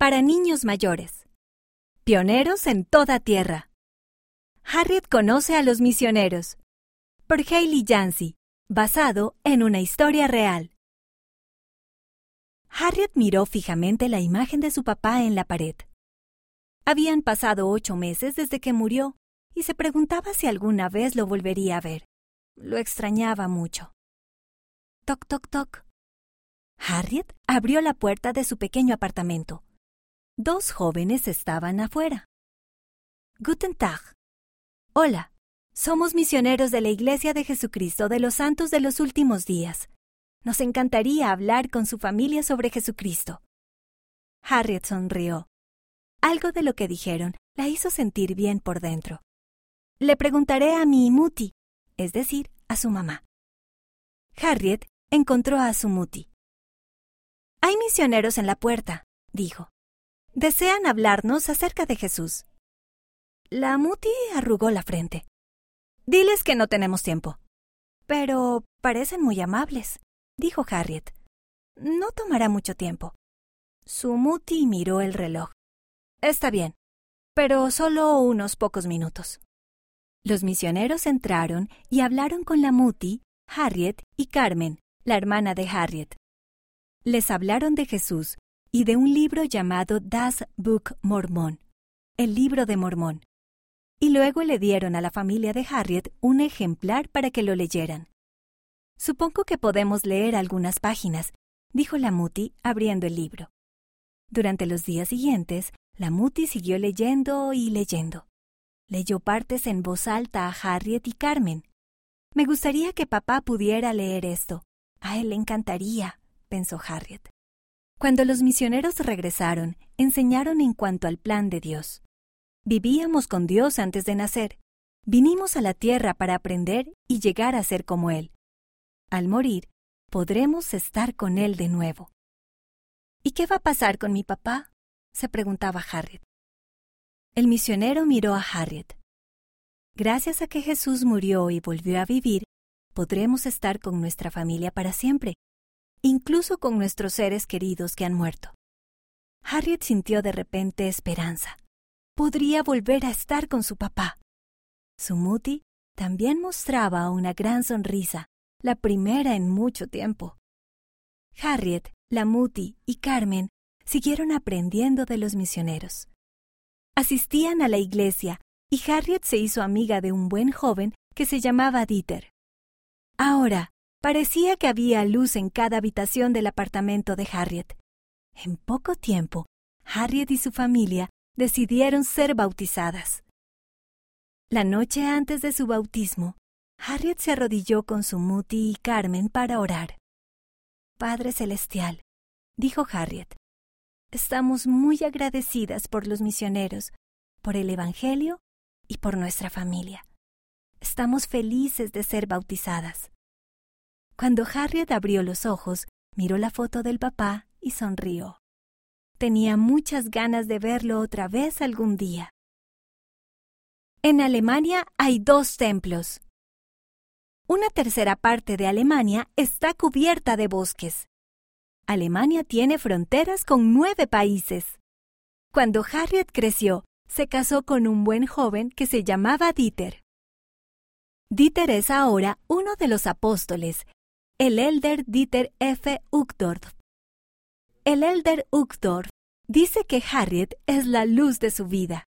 para niños mayores. Pioneros en toda tierra. Harriet conoce a los misioneros. Por Hailey Yancey, basado en una historia real. Harriet miró fijamente la imagen de su papá en la pared. Habían pasado 8 meses desde que murió y se preguntaba si alguna vez lo volvería a ver. Lo extrañaba mucho. Toc, toc, toc. Harriet abrió la puerta de su pequeño apartamento. 2 jóvenes estaban afuera. Guten Tag. Hola, somos misioneros de la Iglesia de Jesucristo de los Santos de los Últimos Días. Nos encantaría hablar con su familia sobre Jesucristo. Harriet sonrió. Algo de lo que dijeron la hizo sentir bien por dentro. Le preguntaré a mi muti, es decir, a su mamá. Harriet encontró a su muti. Hay misioneros en la puerta, dijo. Desean hablarnos acerca de Jesús. La muti arrugó la frente. Diles que no tenemos tiempo. Pero parecen muy amables, dijo Harriet. No tomará mucho tiempo. Su muti miró el reloj. Está bien, pero solo unos pocos minutos. Los misioneros entraron y hablaron con la muti, Harriet y Carmen, la hermana de Harriet. Les hablaron de Jesús y de un libro llamado Das Buch Mormon, el libro de Mormón. Y luego le dieron a la familia de Harriet un ejemplar para que lo leyeran. Supongo que podemos leer algunas páginas, dijo la muti abriendo el libro. Durante los días siguientes, la muti siguió leyendo y leyendo. Leyó partes en voz alta a Harriet y Carmen. Me gustaría que papá pudiera leer esto. A él le encantaría, pensó Harriet. Cuando los misioneros regresaron, enseñaron en cuanto al plan de Dios. Vivíamos con Dios antes de nacer. Vinimos a la tierra para aprender y llegar a ser como Él. Al morir, podremos estar con Él de nuevo. ¿Y qué va a pasar con mi papá?, se preguntaba Harriet. El misionero miró a Harriet. Gracias a que Jesús murió y volvió a vivir, podremos estar con nuestra familia para siempre, incluso con nuestros seres queridos que han muerto. Harriet sintió de repente esperanza. Podría volver a estar con su papá. Su muti también mostraba una gran sonrisa, la primera en mucho tiempo. Harriet, la muti y Carmen siguieron aprendiendo de los misioneros. Asistían a la iglesia y Harriet se hizo amiga de un buen joven que se llamaba Dieter. Ahora, parecía que había luz en cada habitación del apartamento de Harriet. En poco tiempo, Harriet y su familia decidieron ser bautizadas. La noche antes de su bautismo, Harriet se arrodilló con su muti y Carmen para orar. Padre Celestial, dijo Harriet, estamos muy agradecidas por los misioneros, por el Evangelio y por nuestra familia. Estamos felices de ser bautizadas. Cuando Harriet abrió los ojos, miró la foto del papá y sonrió. Tenía muchas ganas de verlo otra vez algún día. En Alemania hay 2 templos. Una tercera parte de Alemania está cubierta de bosques. Alemania tiene fronteras con 9 países. Cuando Harriet creció, se casó con un buen joven que se llamaba Dieter. Dieter es ahora uno de los apóstoles, el Elder Dieter F. Uchtdorf. El Elder Uchtdorf dice que Harriet es la luz de su vida.